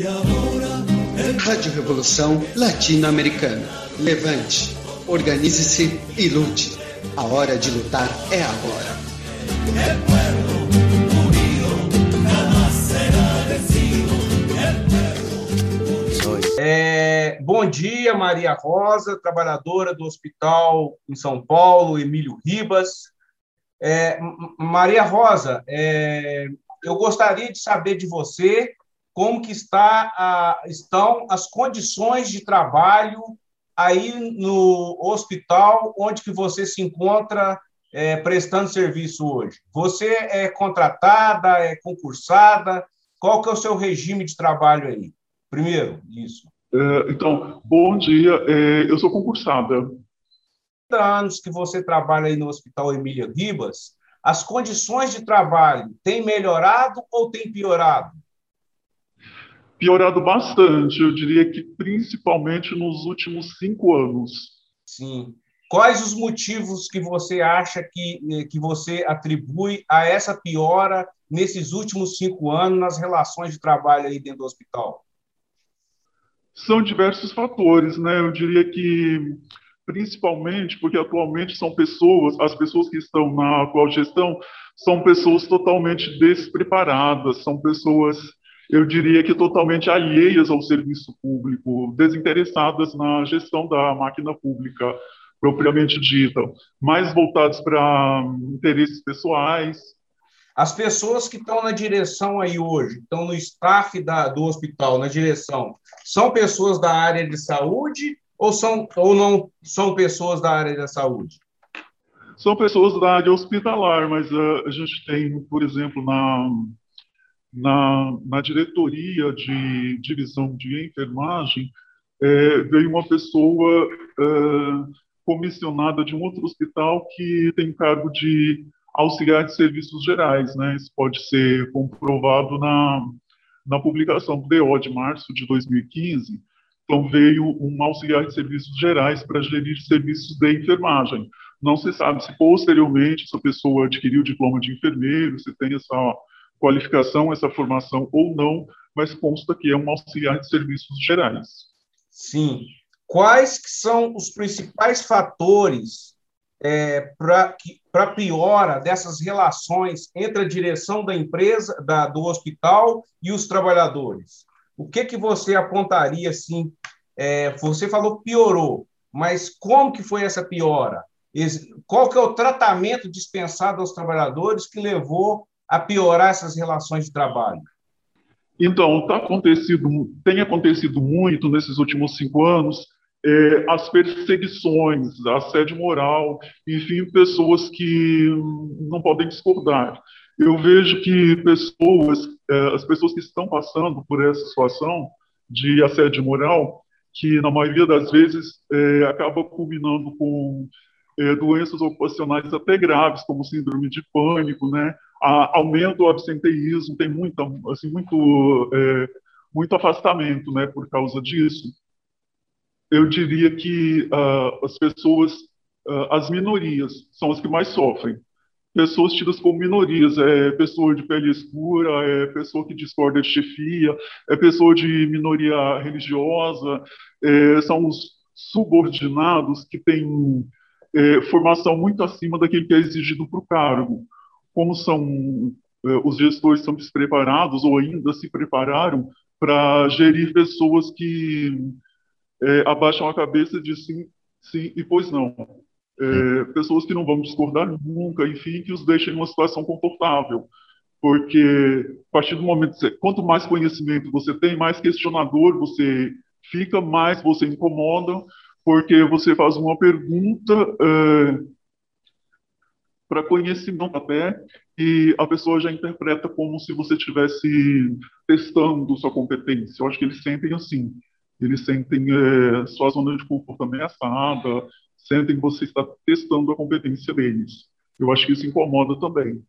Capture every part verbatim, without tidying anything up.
Rádio Revolução Latino-Americana. Levante, organize-se e lute. A hora de lutar é agora. É, bom dia, Maria Rosa, trabalhadora do hospital em São Paulo, Emílio Ribas. É, Maria Rosa, é, eu gostaria de saber de você como que está a, estão as condições de trabalho aí no hospital onde que você se encontra é, prestando serviço hoje. Você é contratada, é concursada? Qual que é o seu regime de trabalho aí? Primeiro, isso. É, então, bom dia. É, eu sou concursada. Há anos que você trabalha aí no Hospital Emília Ribas, as condições de trabalho têm melhorado ou têm piorado? Piorado bastante, eu diria que principalmente nos últimos cinco anos. Sim. Quais os motivos que você acha que, que você atribui a essa piora nesses últimos cinco anos nas relações de trabalho aí dentro do hospital? São diversos fatores, né? Eu diria que principalmente porque atualmente são pessoas, as pessoas que estão na atual gestão são pessoas totalmente despreparadas, são pessoas, eu diria que totalmente alheias ao serviço público, desinteressadas na gestão da máquina pública propriamente dita, mais voltados para interesses pessoais. As pessoas que estão na direção aí hoje, estão no staff da, do hospital, na direção, são pessoas da área de saúde ou, são, ou não são pessoas da área da saúde? São pessoas da área hospitalar, mas uh, a gente tem, por exemplo, na, na, na diretoria de divisão de enfermagem, é, veio uma pessoa uh, comissionada de um outro hospital que tem cargo de auxiliar de serviços gerais, né? Isso pode ser comprovado na, na publicação do D O de março de dois mil e quinze. Então, veio um auxiliar de serviços gerais para gerir serviços de enfermagem. Não se sabe se posteriormente essa pessoa adquiriu o diploma de enfermeiro, se tem essa qualificação, essa formação ou não, mas consta que é um auxiliar de serviços gerais. Sim. Quais que são os principais fatores é, para a piora dessas relações entre a direção da empresa, da, do hospital e os trabalhadores? O que, que você apontaria assim? É, você falou piorou, mas como que foi essa piora? Qual que é o tratamento dispensado aos trabalhadores que levou a piorar essas relações de trabalho? Então, tá acontecido, tem acontecido muito nesses últimos cinco anos é, as perseguições, a assédio moral, enfim, pessoas que não podem discordar. Eu vejo que pessoas, é, as pessoas que estão passando por essa situação de assédio moral, que na maioria das vezes é, acaba culminando com é, doenças ocupacionais até graves, como síndrome de pânico, né? A, aumenta o absenteísmo, tem muita, assim, muito, é, muito afastamento, né, por causa disso. Eu diria que uh, as pessoas, uh, as minorias, são as que mais sofrem. Pessoas tidas como minorias, é pessoa de pele escura, é pessoa que discorda de chefia, é pessoa de minoria religiosa, é, são os subordinados que têm é, formação muito acima daquilo que é exigido para o cargo. Como são, é, os gestores são despreparados ou ainda se prepararam para gerir pessoas que é, abaixam a cabeça e dizem sim, sim e pois não. É, pessoas que não vão discordar nunca, enfim, que os deixam em uma situação confortável. Porque, a partir do momento que você, quanto mais conhecimento você tem, mais questionador você fica, mais você incomoda, porque você faz uma pergunta é, para conhecimento até, e a pessoa já interpreta como se você estivesse testando sua competência. Eu acho que eles sentem assim. Eles sentem é, sua zona de conforto ameaçada, sentem que você está testando a competência deles. Eu acho que isso incomoda também.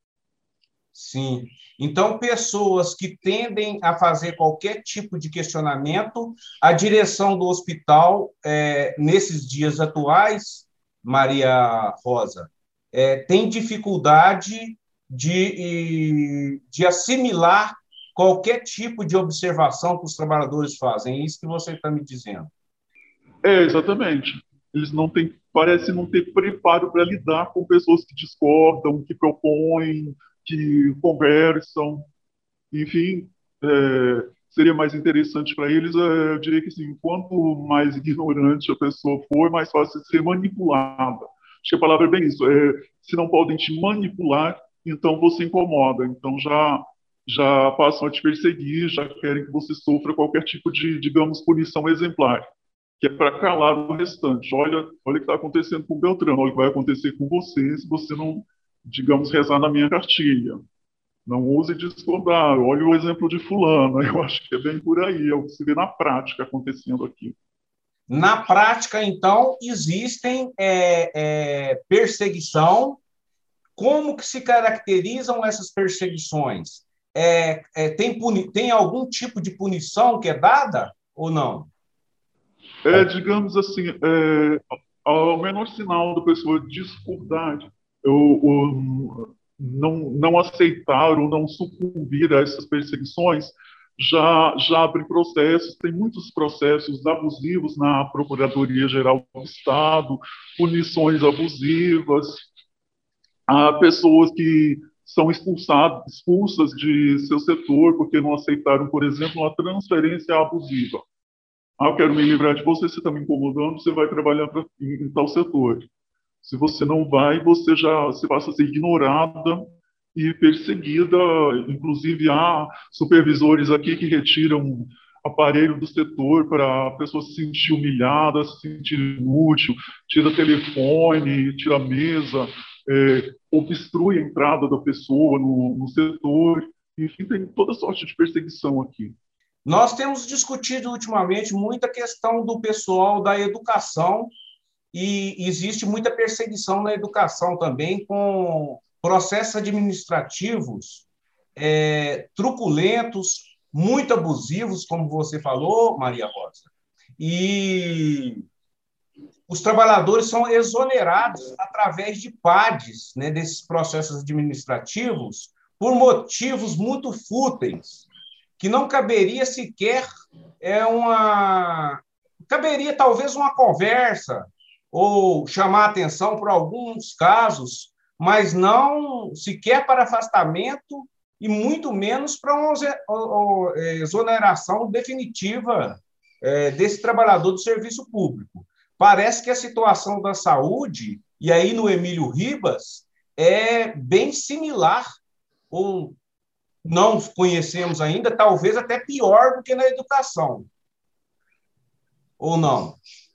Sim. Então, pessoas que tendem a fazer qualquer tipo de questionamento, a direção do hospital, é, nesses dias atuais, Maria Rosa, é, tem dificuldade de, de assimilar qualquer tipo de observação que os trabalhadores fazem. É isso que você está me dizendo. É, exatamente. Eles não têm, parece não ter preparo para lidar com pessoas que discordam, que propõem, que conversam. Enfim, é, seria mais interessante para eles, é, eu diria que assim, quanto mais ignorante a pessoa for, mais fácil de ser manipulada. Acho que a palavra é bem isso. É, se não podem te manipular, então você incomoda. Então já, já passam a te perseguir, já querem que você sofra qualquer tipo de, digamos, punição exemplar, que é para calar o restante. Olha, olha o que está acontecendo com o Beltrano, olha o que vai acontecer com você se você não, digamos, rezar na minha cartilha. Não use discordar. Olha o exemplo de fulano. Eu acho que é bem por aí. É o que se vê na prática acontecendo aqui. Na prática, então, existem é, é, perseguição. Como que se caracterizam essas perseguições? É, é, tem, puni tem algum tipo de punição que é dada ou não? É, digamos assim, é, ao menor sinal da pessoa discordar, ou, ou não, não aceitar ou não sucumbir a essas perseguições, já, já abre processos. Tem muitos processos abusivos na Procuradoria-Geral do Estado, punições abusivas. Há pessoas que são expulsadas, expulsas de seu setor porque não aceitaram, por exemplo, uma transferência abusiva. Ah, eu quero me livrar de você, você está me incomodando, você vai trabalhar pra, em, em tal setor. Se você não vai, você já você passa a ser ignorada e perseguida. Inclusive, há supervisores aqui que retiram aparelho do setor para a pessoa se sentir humilhada, se sentir inútil, tira telefone, tira mesa, é, obstrui a entrada da pessoa no, no setor. Enfim, tem toda sorte de perseguição aqui. Nós temos discutido ultimamente muita questão do pessoal da educação e existe muita perseguição na educação também, com processos administrativos é, truculentos, muito abusivos, como você falou, Maria Rosa. E os trabalhadores são exonerados através de P A Ds, né, desses processos administrativos, por motivos muito fúteis, que não caberia sequer é uma caberia talvez uma conversa ou chamar atenção por alguns casos, mas não sequer para afastamento e muito menos para uma exoneração definitiva desse trabalhador do serviço público. Parece que a situação da saúde, e aí no Emílio Ribas, é bem similar, ou não conhecemos ainda, talvez até pior do que na educação. Ou não?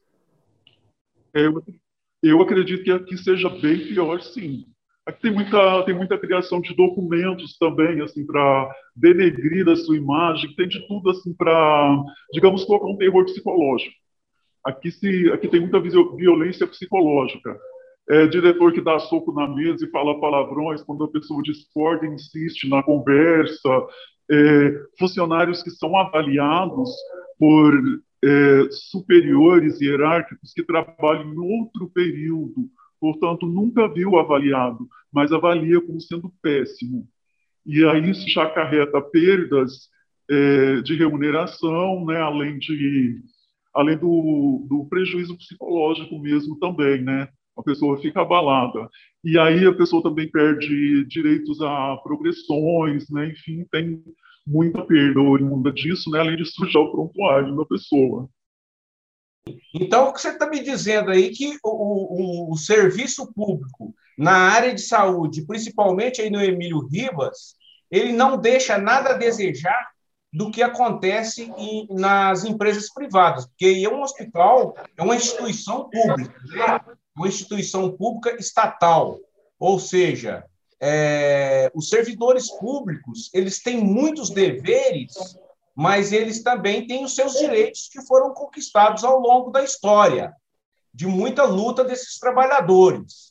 Eu, eu acredito que aqui seja bem pior, sim. Aqui tem muita, tem muita criação de documentos também, assim, para denegrir a sua imagem, tem de tudo, assim, para, digamos, colocar um terror psicológico. Aqui, se, aqui tem muita violência psicológica. É, diretor que dá soco na mesa e fala palavrões quando a pessoa discorda e insiste na conversa, é, funcionários que são avaliados por é, superiores hierárquicos que trabalham em outro período, portanto, nunca viu o avaliado, mas avalia como sendo péssimo. E aí isso já acarreta perdas é, de remuneração, né, além, de, além do, do prejuízo psicológico mesmo também, né? A pessoa fica abalada. E aí a pessoa também perde direitos a progressões, né? Enfim, tem muita perda oriunda disso, né? Além de sujar o prontuário da pessoa. Então, o que você está me dizendo aí que o, o, o serviço público na área de saúde, principalmente aí no Emílio Ribas, ele não deixa nada a desejar do que acontece em, nas empresas privadas, porque é um hospital, é uma instituição pública, né? Uma instituição pública estatal, ou seja, é, os servidores públicos eles têm muitos deveres, mas eles também têm os seus direitos que foram conquistados ao longo da história, de muita luta desses trabalhadores.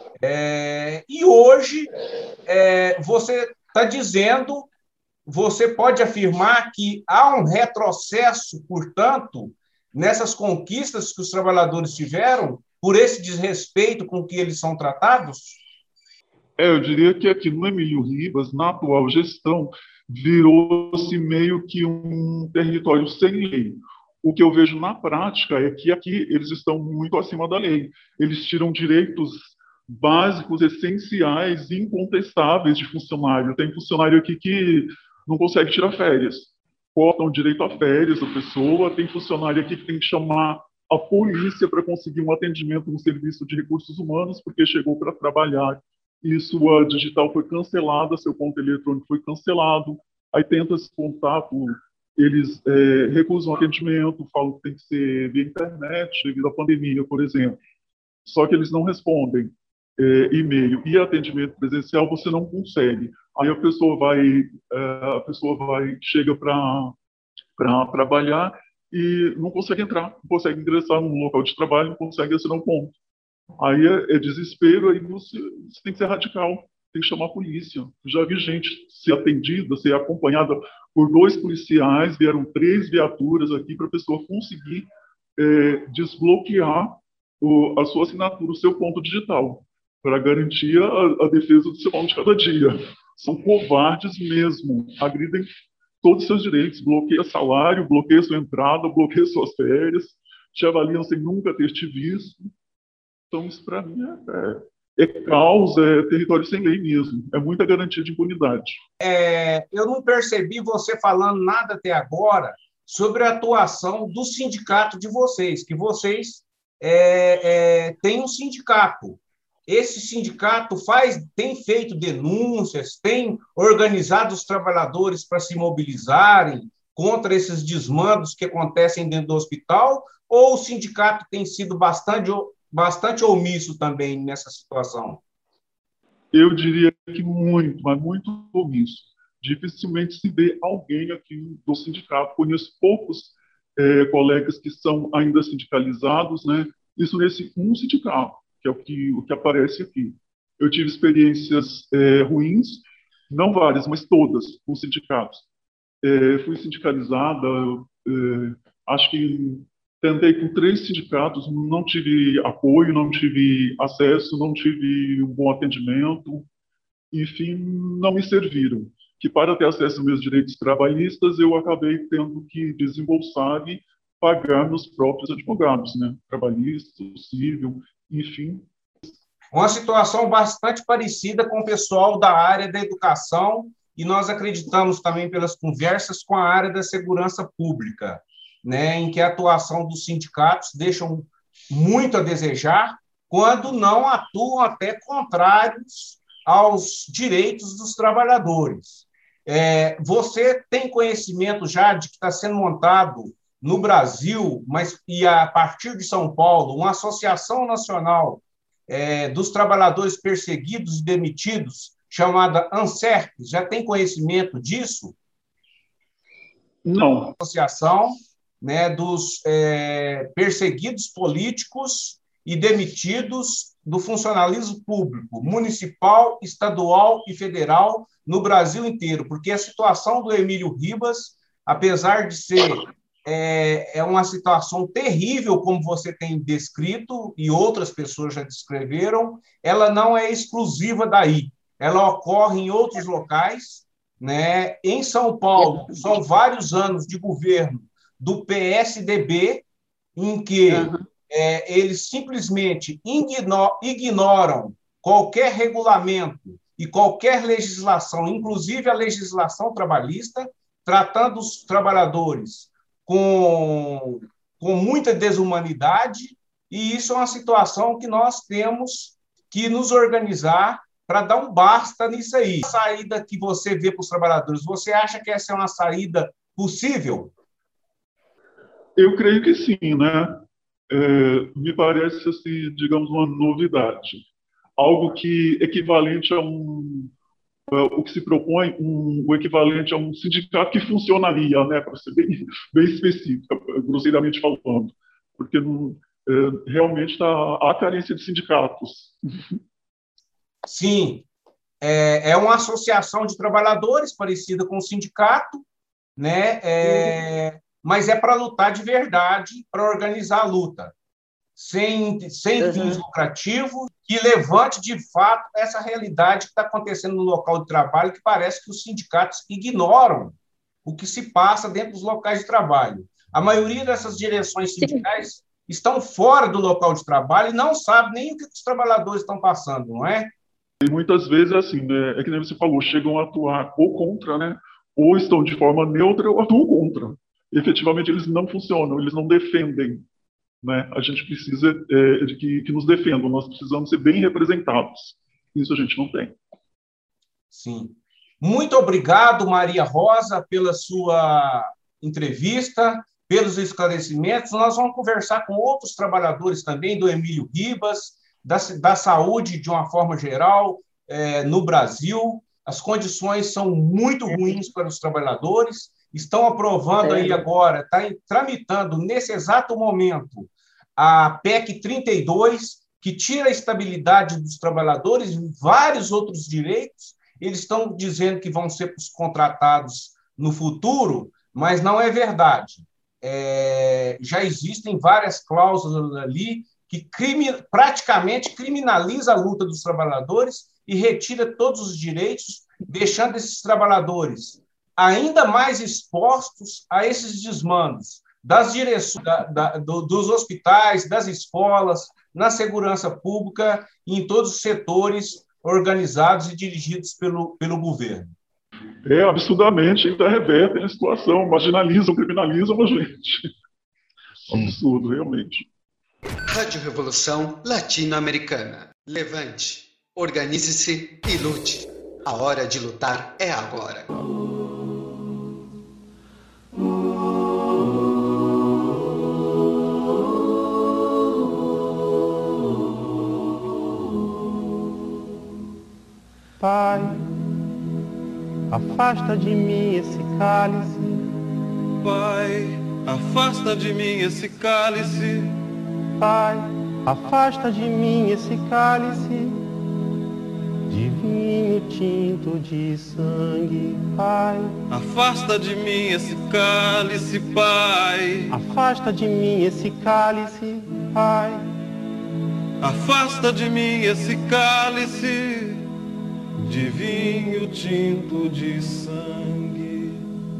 É, e hoje, é, você está dizendo, você pode afirmar que há um retrocesso, portanto, nessas conquistas que os trabalhadores tiveram, por esse desrespeito com que eles são tratados? É, eu diria que aqui no Emílio Ribas, na atual gestão, virou-se meio que um território sem lei. O que eu vejo na prática é que aqui eles estão muito acima da lei. Eles tiram direitos básicos, essenciais, incontestáveis de funcionário. Tem funcionário aqui que não consegue tirar férias. Cortam o direito a férias da pessoa. Tem funcionário aqui que tem que chamar a polícia para conseguir um atendimento no serviço de recursos humanos, porque chegou para trabalhar e sua digital foi cancelada, seu ponto eletrônico foi cancelado. Aí tenta se contato, eles é, recusam atendimento, falam que tem que ser via internet, devido à pandemia, por exemplo. Só que eles não respondem é, e-mail e atendimento presencial, você não consegue. Aí a pessoa vai, é, a pessoa vai, chega para para trabalhar e não consegue entrar, não consegue ingressar no local de trabalho, não consegue assinar um ponto. Aí é, é desespero, aí você, você tem que ser radical, tem que chamar a polícia. Já vi gente ser atendida, ser acompanhada por dois policiais, vieram três viaturas aqui para a pessoa conseguir é, desbloquear o, a sua assinatura, o seu ponto digital, para garantir a, a defesa do seu mal de cada dia. São covardes mesmo, agridem todos os seus direitos, bloqueia salário, bloqueia sua entrada, bloqueia suas férias, te avaliam sem nunca ter te visto. Então, isso para mim é, é caos, é território sem lei mesmo. É muita garantia de impunidade. É, eu não percebi você falando nada até agora sobre a atuação do sindicato de vocês, que vocês é, é, têm um sindicato. Esse sindicato faz, tem feito denúncias, tem organizado os trabalhadores para se mobilizarem contra esses desmandos que acontecem dentro do hospital, ou o sindicato tem sido bastante, bastante omisso também nessa situação? Eu diria que muito, mas muito omisso. Dificilmente se vê alguém aqui do sindicato. Conheço poucos é, colegas que são ainda sindicalizados, né? Isso nesse um sindicato, que é o que, o que aparece aqui. Eu tive experiências é, ruins, não várias, mas todas, com sindicatos. É, fui sindicalizada, é, acho que tentei com três sindicatos, não tive apoio, não tive acesso, não tive um bom atendimento, enfim, não me serviram. Que para ter acesso aos meus direitos trabalhistas, eu acabei tendo que desembolsar e pagar meus próprios advogados, né? Trabalhista, civil, enfim. Uma situação bastante parecida com o pessoal da área da educação, e nós acreditamos também pelas conversas com a área da segurança pública, né, em que a atuação dos sindicatos deixam muito a desejar, quando não atuam até contrários aos direitos dos trabalhadores. É, você tem conhecimento já de que está sendo montado no Brasil, mas e a partir de São Paulo, uma associação nacional é, dos trabalhadores perseguidos e demitidos, chamada ANSERP? Já tem conhecimento disso? Não. Associação, né, dos é, perseguidos políticos e demitidos do funcionalismo público, municipal, estadual e federal, no Brasil inteiro, porque a situação do Emílio Ribas, apesar de ser é, é uma situação terrível, como você tem descrito, e outras pessoas já descreveram, ela não é exclusiva daí, ela ocorre em outros locais, né? Em São Paulo, são vários anos de governo do P S D B, em que uhum. é, eles simplesmente igno- ignoram qualquer regulamento e qualquer legislação, inclusive a legislação trabalhista, tratando os trabalhadores com, com muita desumanidade, e isso é uma situação que nós temos que nos organizar para dar um basta nisso aí. A saída que você vê para os trabalhadores, você acha que essa é uma saída possível? Eu creio que sim, né? É, me parece, assim, digamos, uma novidade. Algo que equivalente a um... o que se propõe, um, o equivalente a um sindicato que funcionaria, né? Para ser bem, bem específico, grosseiramente falando. Porque não, é, realmente tá, há carência de sindicatos. Sim, é, é uma associação de trabalhadores parecida com o sindicato, né? É, mas é para lutar de verdade, para organizar a luta, sem, sem uhum. fins lucrativos, que levante, de fato, essa realidade que está acontecendo no local de trabalho, que parece que os sindicatos ignoram o que se passa dentro dos locais de trabalho. A maioria dessas direções sindicais Sim. estão fora do local de trabalho e não sabem nem o que os trabalhadores estão passando, não é? E muitas vezes é assim, né? É que nem você falou, chegam a atuar ou contra, né? Ou estão de forma neutra ou atuam contra. Efetivamente, eles não funcionam, eles não defendem. Né? A gente precisa é, de que, que nos defendam, nós precisamos ser bem representados. Isso a gente não tem. Sim. Muito obrigado, Maria Rosa, pela sua entrevista, pelos esclarecimentos. Nós vamos conversar com outros trabalhadores também, do Emílio Ribas, da, da saúde de uma forma geral, é, no Brasil. As condições são muito ruins para os trabalhadores. Estão aprovando aí agora, está tramitando nesse exato momento a P E C trinta e dois, que tira a estabilidade dos trabalhadores e vários outros direitos. Eles estão dizendo que vão ser contratados no futuro, mas não é verdade. É, já existem várias cláusulas ali que crime, praticamente criminaliza a luta dos trabalhadores e retira todos os direitos, deixando esses trabalhadores ainda mais expostos a esses desmandos das direções, da, da, do, dos hospitais, das escolas, na segurança pública e em todos os setores organizados e dirigidos pelo, pelo governo. É, absurdamente, ainda revertem a situação, marginalizam, criminalizam a gente. Absurdo, realmente. Rádio Revolução Latino-Americana. Levante, organize-se e lute. A hora de lutar é agora. Pai, afasta de mim esse cálice. Pai, afasta de mim esse cálice. Pai, afasta de mim esse cálice de vinho tinto de sangue. Pai, afasta de mim esse cálice, Pai. Afasta de mim esse cálice, Pai. Afasta de mim esse cálice de vinho tinto de sangue.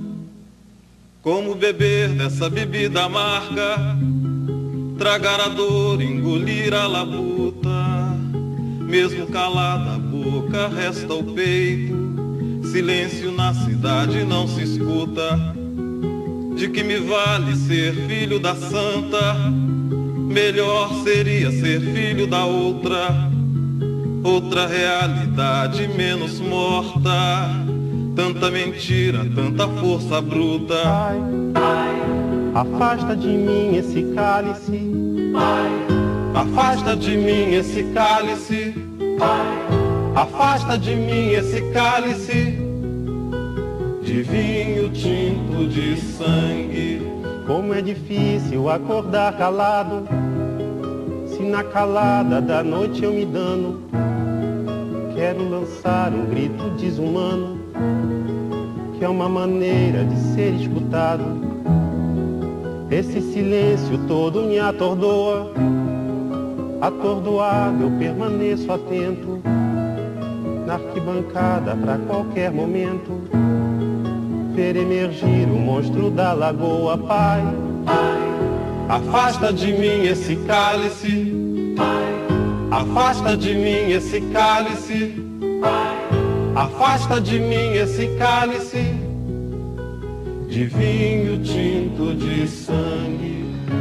Como beber dessa bebida amarga, tragar a dor, engolir a labuta. Mesmo calada a boca, resta o peito. Silêncio na cidade não se escuta. De que me vale ser filho da santa? Melhor seria ser filho da outra. Outra realidade menos morta. Tanta mentira, tanta força bruta. Pai, Pai, afasta de mim esse cálice. Pai, afasta de mim esse cálice. Pai, afasta de mim esse cálice de vinho tinto de sangue. Como é difícil acordar calado, se na calada da noite eu me dano. Quero lançar um grito desumano, que é uma maneira de ser escutado. Esse silêncio todo me atordoa. Atordoado eu permaneço atento, na arquibancada pra qualquer momento ver emergir o monstro da lagoa. Pai, Pai, afasta de mim esse cálice. Pai, afasta de mim esse cálice. Pai, afasta de mim esse cálice de vinho tinto de sangue.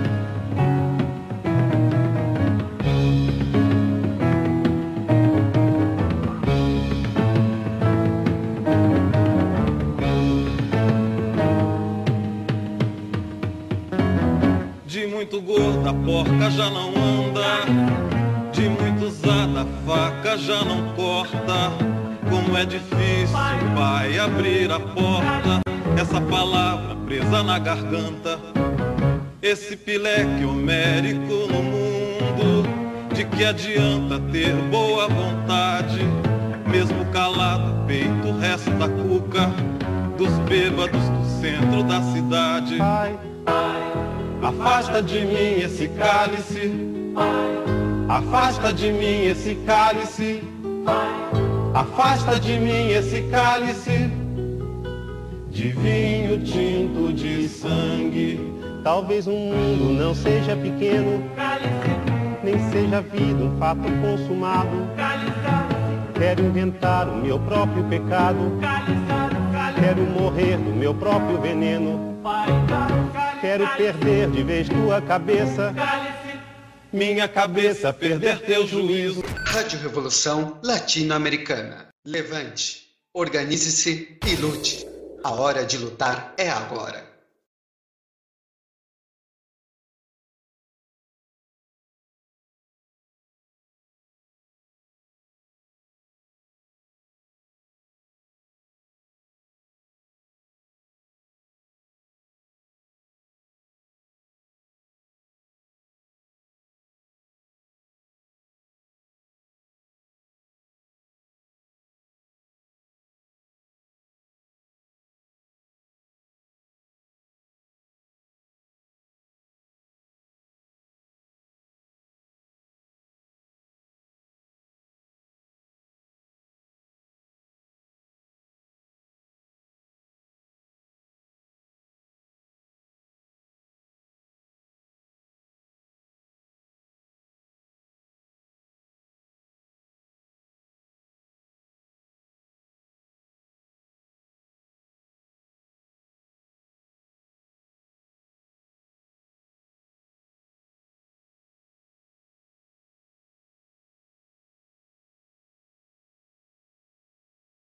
De muito gorda a porca já não anda, de muito usada a faca já não corta. Como é difícil, Pai, abrir a porta, essa palavra presa na garganta. Esse pileque homérico no mundo, de que adianta ter boa vontade? Mesmo calado, peito resta cuca dos bêbados do centro da cidade. Pai, afasta de mim esse cálice. Afasta de mim esse cálice, afasta de mim esse cálice de vinho tinto de sangue. Talvez o mundo não seja pequeno, nem seja a vida um fato consumado. Quero inventar o meu próprio pecado, quero morrer do meu próprio veneno. Quero perder de vez tua cabeça, minha cabeça perder teu juízo. Rádio Revolução Latino-Americana. Levante, organize-se e lute. A hora de lutar é agora.